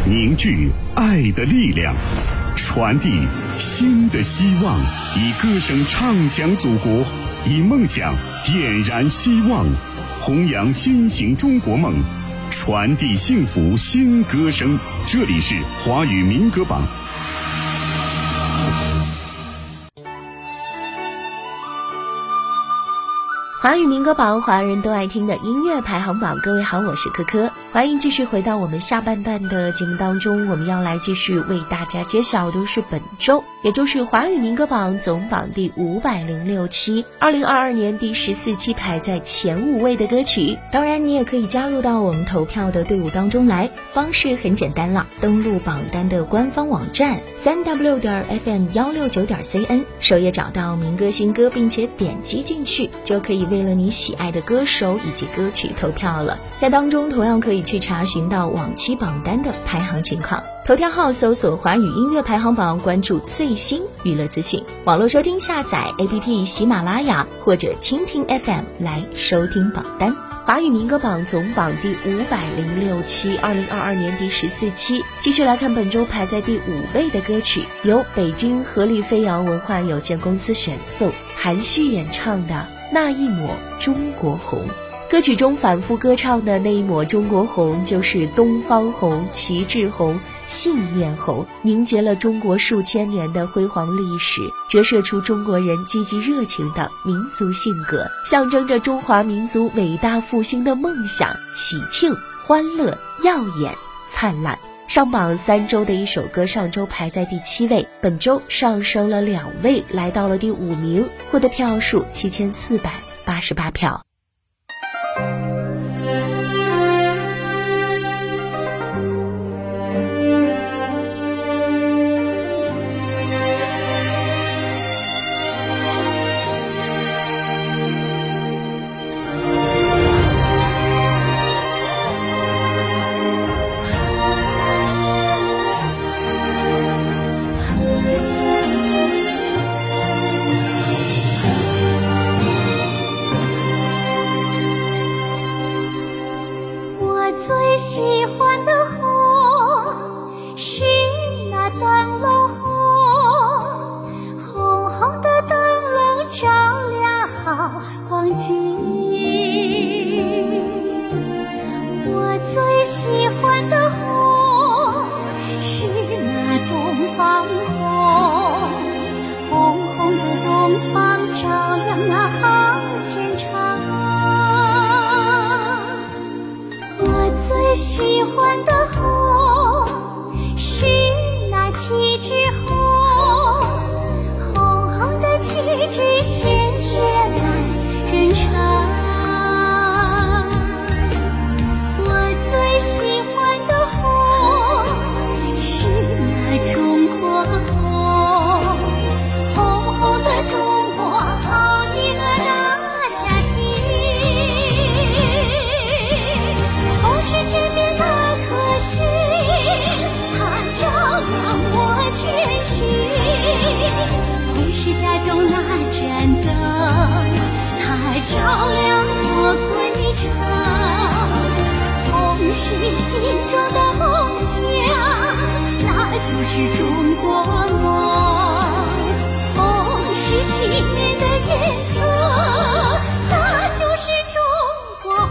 凝聚爱的力量，传递新的希望，以歌声唱响祖国，以梦想点燃希望，弘扬新型中国梦，传递幸福新歌声。这里是华语民歌榜。 华语民歌榜，华人都爱听的音乐排行榜。各位好，我是珂珂，欢迎继续回到我们下半段的节目当中。我们要来继续为大家揭晓的是本周，也就是华语民歌榜总榜第506期，2022年第14期排在前5位的歌曲。当然你也可以加入到我们投票的队伍当中来，方式很简单了，登录榜单的官方网站 3w.fm169.cn， 首页找到民歌新歌，并且点击进去，就可以为了你喜爱的歌手以及歌曲投票了。在当中同样可以去查询到往期榜单的排行情况。头条号搜索华语音乐排行榜，关注最新娱乐资讯。网络收听下载 APP 喜马拉雅或者蜻蜓 FM 来收听榜单。华语民歌榜总榜第506期，2022年第14期。继续来看本周排在第5位的歌曲，由北京合力飞扬文化有限公司选送，韩旭演唱的《那一抹中国红》。歌曲中反复歌唱的那一抹中国红，就是东方红、旗帜红、信念红，凝结了中国数千年的辉煌历史，折射出中国人积极热情的民族性格，象征着中华民族伟大复兴的梦想，喜庆、欢乐、耀眼、灿烂。上榜3周的一首歌，上周排在第7位，本周上升了2位，来到了第5名，获得票数7488票。 最喜欢的红是那灯笼红，红红的灯笼照亮好光景。我最喜欢的红是那东方红，红红的东方照亮那好前程。最喜欢的红是那旗帜红，红红的旗帜鲜血来人成。我最喜欢的红是那中国红，红红的中国好一个大家庭。照亮我归程，红是心中的梦想，那就是中国梦，红是心里的颜色，那就是中国红。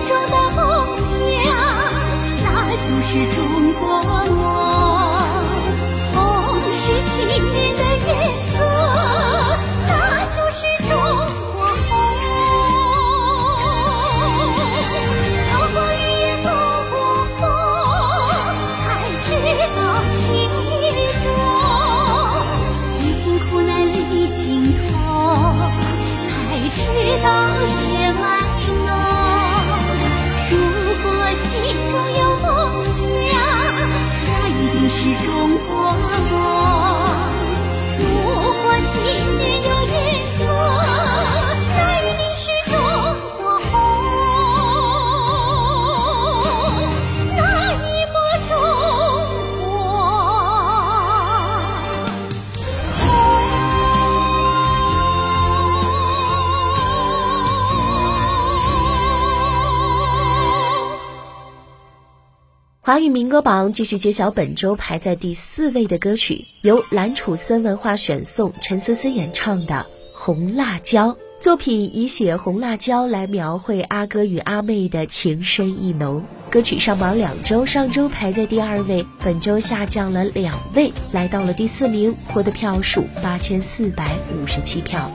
中的梦想，那就是中国梦。红是心灵的颜色，那就是中国红。走过雨也走过风，才知道情意重。历经苦难历经痛，才知道血脉浓。如果心中有梦想，那一定是中国梦。如果心里有颜色，那一定是中国红。那一抹中国华语民歌榜继续揭晓本周排在第4位的歌曲，由蓝楚森文化选送，陈思思演唱的《红辣椒》。作品以写红辣椒来描绘阿哥与阿妹的情深意浓。歌曲上榜2周，上周排在第2位，本周下降了2位，来到了第4名，获得票数8457票。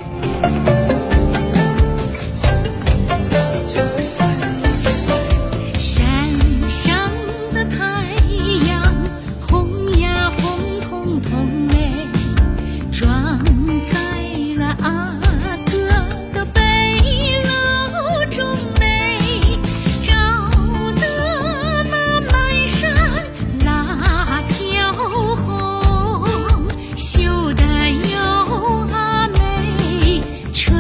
秀得有阿妹纯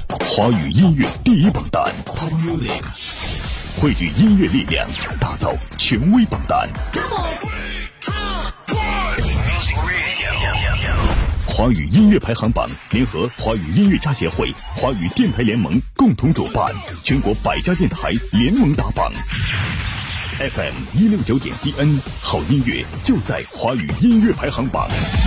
华语音乐第一榜单，汇聚音乐力量，打造权威榜单。华语音乐排行榜联合华语音乐家协会、华语电台联盟共同主办，全国100家电台联盟打榜。FM 169.CN， 好音乐就在华语音乐排行榜。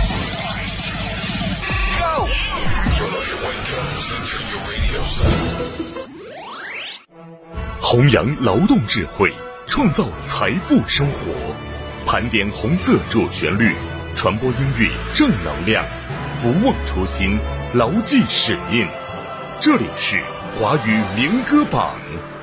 弘扬劳动智慧，创造财富生活，盘点红色主旋律，传播音乐正能量，不忘初心，牢记使命。这里是华语民歌榜。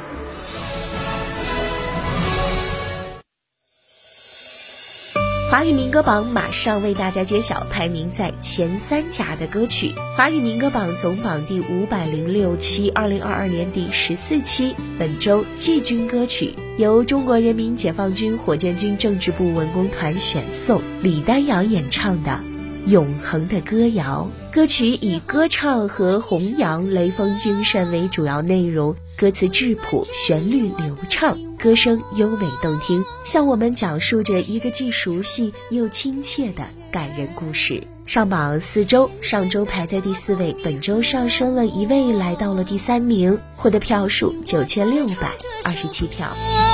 华语民歌榜马上为大家揭晓排名在前3甲的歌曲。华语民歌榜总榜第506期，2022年第14期，本周季军歌曲由中国人民解放军火箭军政治部文工团选送，李丹阳演唱的《永恒的歌谣》。歌曲以歌唱和弘扬雷锋精神为主要内容，歌词质朴，旋律流畅，歌声优美动听，向我们讲述着一个既熟悉又亲切的感人故事。上榜4周，上周排在第4位，本周上升了1位，来到了第3名，获得票数9627票。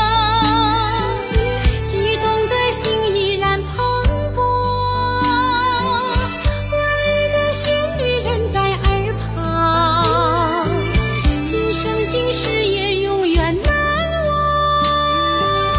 激动的心依然蓬勃，婉儿的旋律仍在耳旁，今生今世也永远难忘。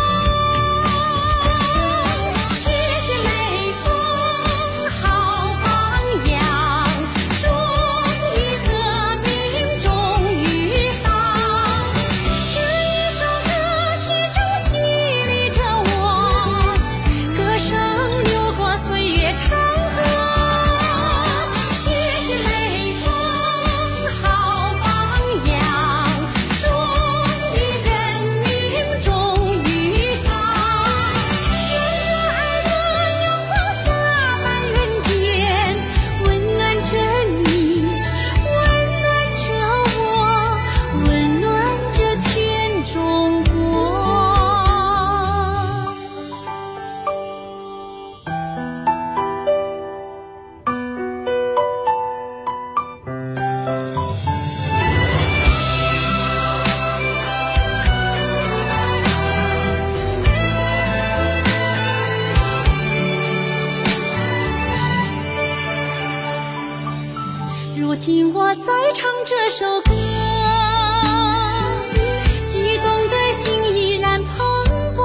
谢谢雷锋好榜样，忠于革命忠于党，这一首歌始终激励着我，歌声流过岁月长河。谢谢雷锋好榜样，忠于人民忠于党，用这爱的阳光洒满人间，温暖着你，温暖着我，温暖着全中国。如今我在唱这首歌，激动的心依然蓬勃，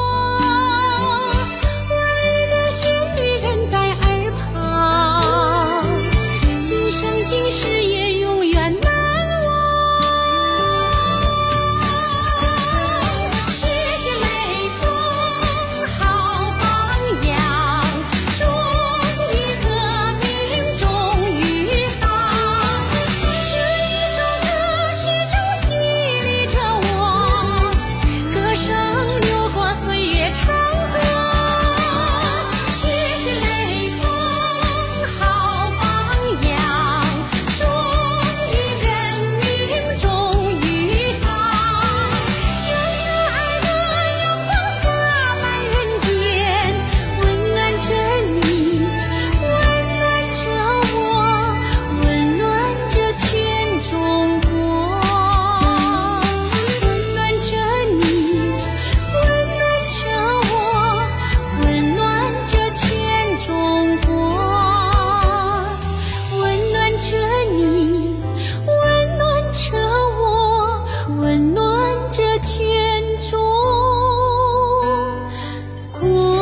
婉儿的旋律仍在耳旁，今生今世也永远难忘。谢谢雷锋好榜样，忠于革命忠于党，这一首歌始终激励着我，歌声流过岁月长河。谢谢雷锋好榜样，忠于人民忠于党，用这爱的阳光洒满人间，温暖着你，温暖着我，温暖着全中国。温暖着你，温暖着我，温暖着全中国。温暖着你，温暖着我，温暖着全中国。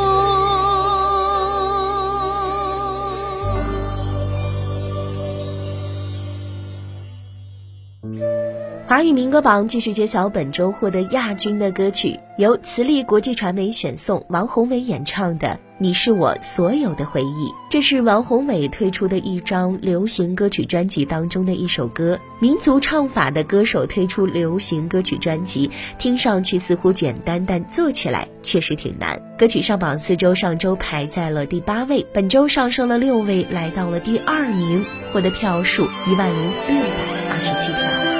华语民歌榜继续揭晓本周获得亚军的歌曲，由慈力国际传媒选送，王宏伟演唱的《你是我所有的回忆》。这是王宏伟推出的一张流行歌曲专辑当中的一首歌。民族唱法的歌手推出流行歌曲专辑，听上去似乎简单，但做起来确实挺难。歌曲上榜4周，上周排在了第8位，本周上升了6位，来到了第2名，获得票数10620 27条。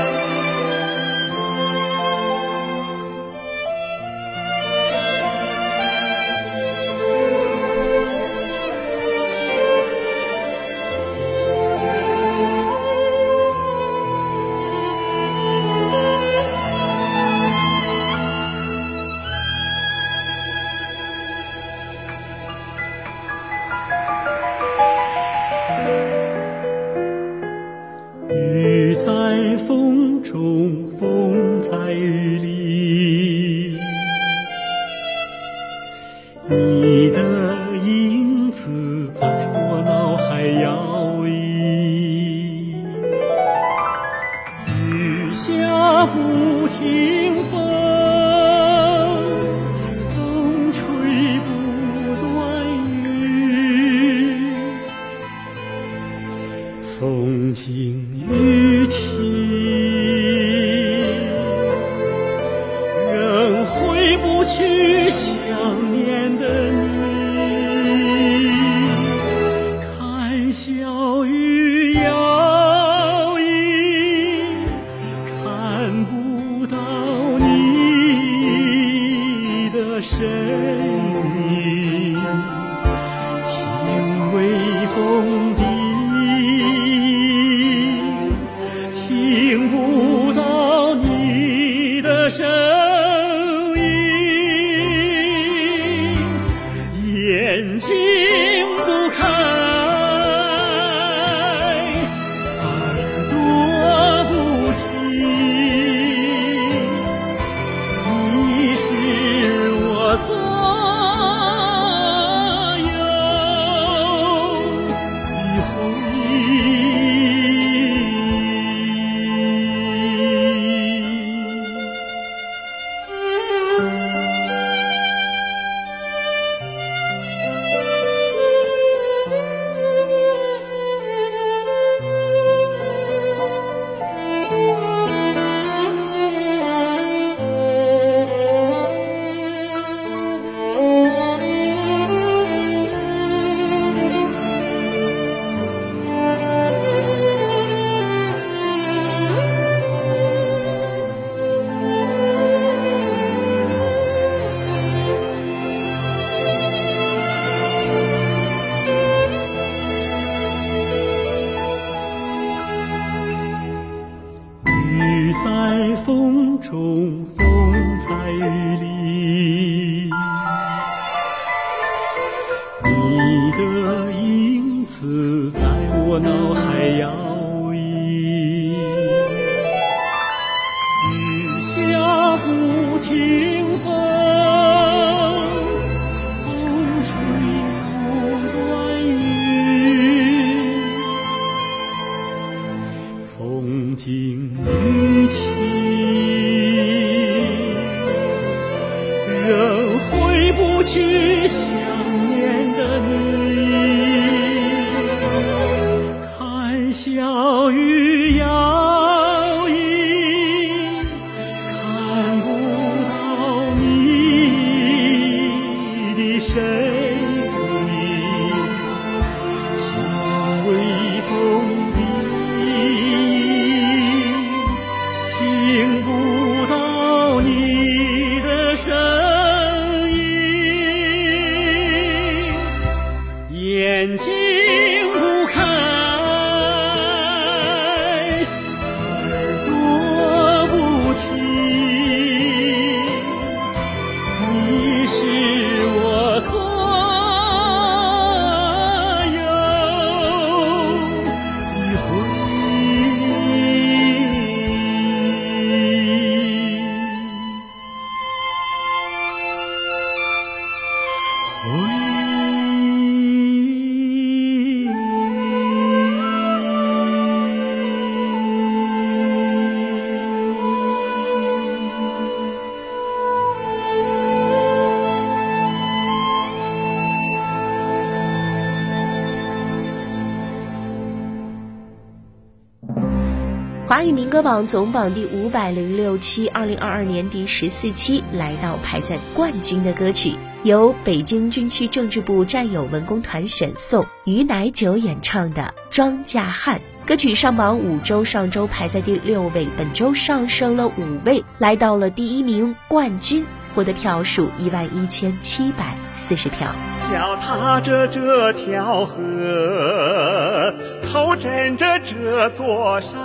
雨在风中，风在雨里，你的影子在我脑海摇曳，雨下不停风，风吹不断雨，风景雨停，人回不去想念的你，看小雨摇曳，看不到你的身影，听微风的听不到你的声音，眼睛不开，耳朵不听，你是我所有的回忆。雨在风中，风在雨里，你的影子在我脑海摇曳，雨下不停风，风吹不断雨，风景雨停，人回不去想念的你，看小雨摇曳，看不到你的身影，听微风听不到你的声音，眼睛不开，耳朵不听，你是我所有的回华语民歌榜总榜第506期，2022年第14期，来到排在冠军的歌曲，由北京军区政治部战友文工团选送，于乃九演唱的《庄稼汉》。 歌曲上榜5周，上周排在第6位，本周上升了5位，来到了第1名冠军，获得票数11740票。 脚踏着这条河，头枕着这座山，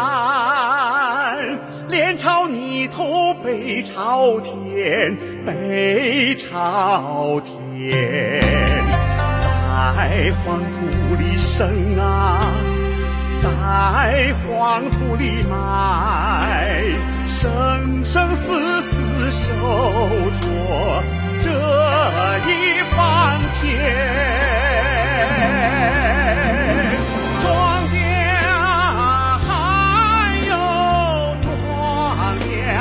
脸朝泥土背朝天，背朝天，在黄土里生啊，在黄土里埋，生生死死守着这一方天。庄稼还有庄稼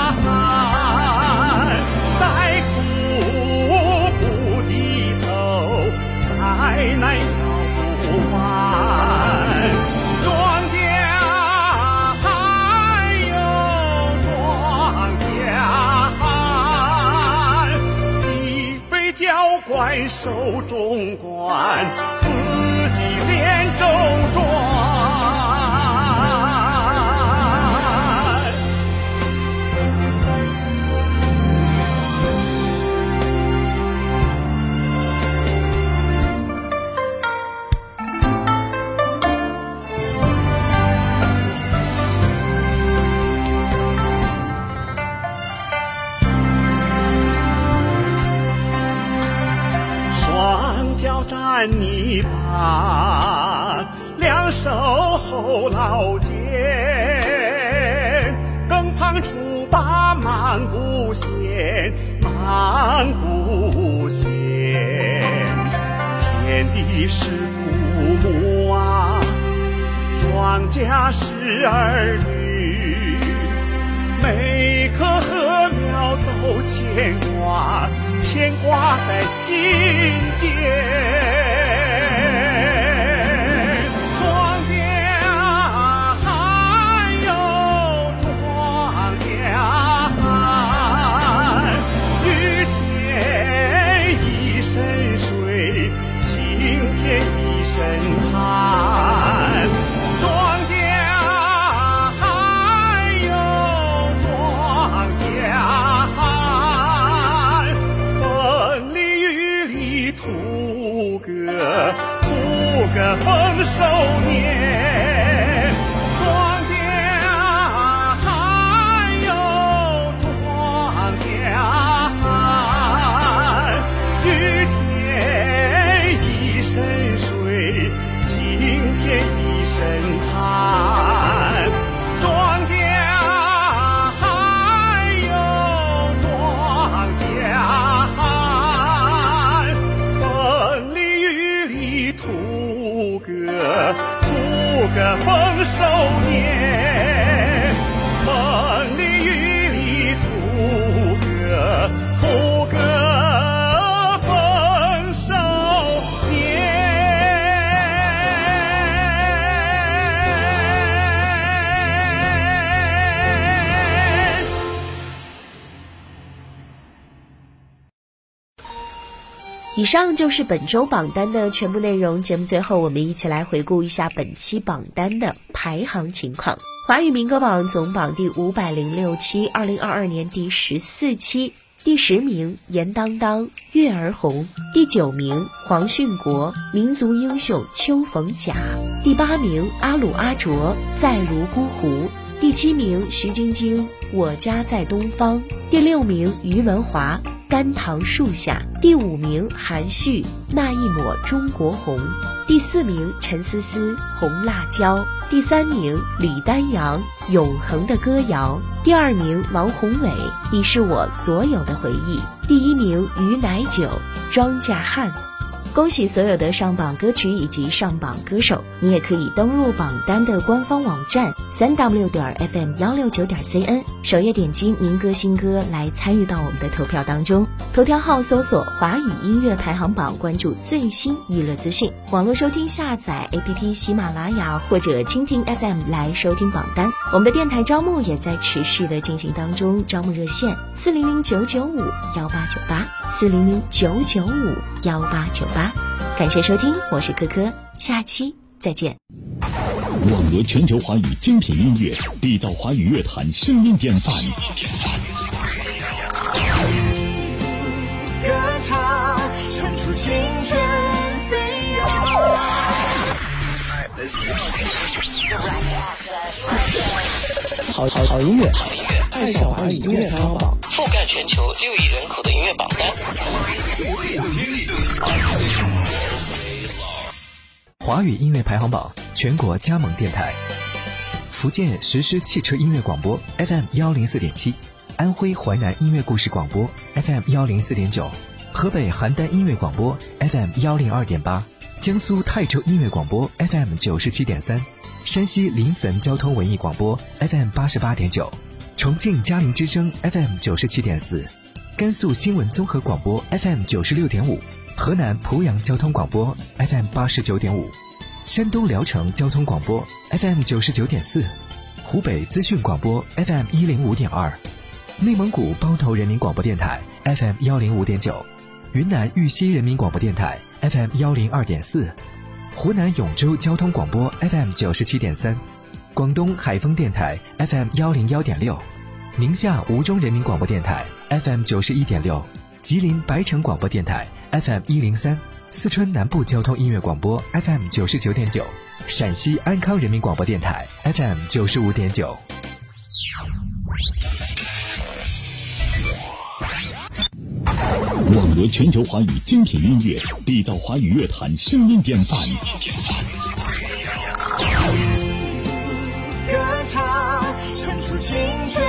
还，再苦不低头，再难要不完。庄稼还有庄稼还，鸡飞教官守中官，四季连周转。双脚沾泥巴，两手后劳肩，更旁出把忙不闲，忙不闲。天地是父母啊，庄稼是儿女，每棵禾苗都牵挂，牵挂在心间。庄稼还有庄稼还，雨天一身水，晴天一身汗。庄稼还有庄稼还，风里雨里图个丰收年。庄稼还有庄稼还，雨天一身水，晴天一身汗。庄稼还有庄稼还，风里雨里图个丰收年。风里雨里图个丰收年。 以上就是本周榜单的全部内容，节目最后我们一起来回顾一下本期榜单的排行情况。华语民歌榜总榜第506期，2022年第14期，第10名严当当月儿红，第9名黄训国民族英雄秋逢甲，第8名阿鲁阿卓再如孤湖，第7名徐晶晶我家在东方，第6名于文华甘棠树下，第5名韩旭那一抹中国红，第4名陈思思红辣椒，第3名李丹阳永恒的歌谣，第2名王宏伟你是我所有的回忆，第1名于乃酒庄稼汉。恭喜所有的上榜歌曲以及上榜歌手，你也可以登入榜单的官方网站 3w.fm169.cn， 首页点击民歌新歌来参与到我们的投票当中。头条号搜索华语音乐排行榜，关注最新娱乐资讯。网络收听下载 APP 喜马拉雅或者蜻蜓 FM 来收听榜单。我们的电台招募也在持续的进行当中，招募热线400-995-1898 400-995-1898。感谢收听，我是珂珂，下期再见。 网罗全球华语精品音乐，缔造华语乐坛声音典范。 歌唱，唱出青春飞扬。 好音乐，爱上华语音乐排行榜， 覆盖全球6亿人口的音乐榜单。 华语音乐排行榜全国加盟电台：福建实施汽车音乐广播 FM104.7，安徽淮南音乐故事广播 FM104.9，河北邯郸音乐广播 FM102.8，江苏泰州音乐广播 FM97.3，山西临汾交通文艺广播 FM88.9，重庆嘉陵之声 FM97.4，甘肃新闻综合广播 FM96.5，河南濮阳交通广播 FM89.5，山东聊城交通广播 FM99.4，湖北资讯广播 FM105.2，内蒙古包头人民广播电台 FM105.9，云南玉溪人民广播电台 FM102.4，湖南永州交通广播 FM97.3，广东海丰电台 FM101.6，宁夏吴忠人民广播电台 FM91.6，吉林白城广播电台 FM103，四川南部交通音乐广播 FM99.9，陕西安康人民广播电台 FM95.9。 网罗全球华语精品音乐，缔造华语乐坛声音典范。 歌唱，唱出青春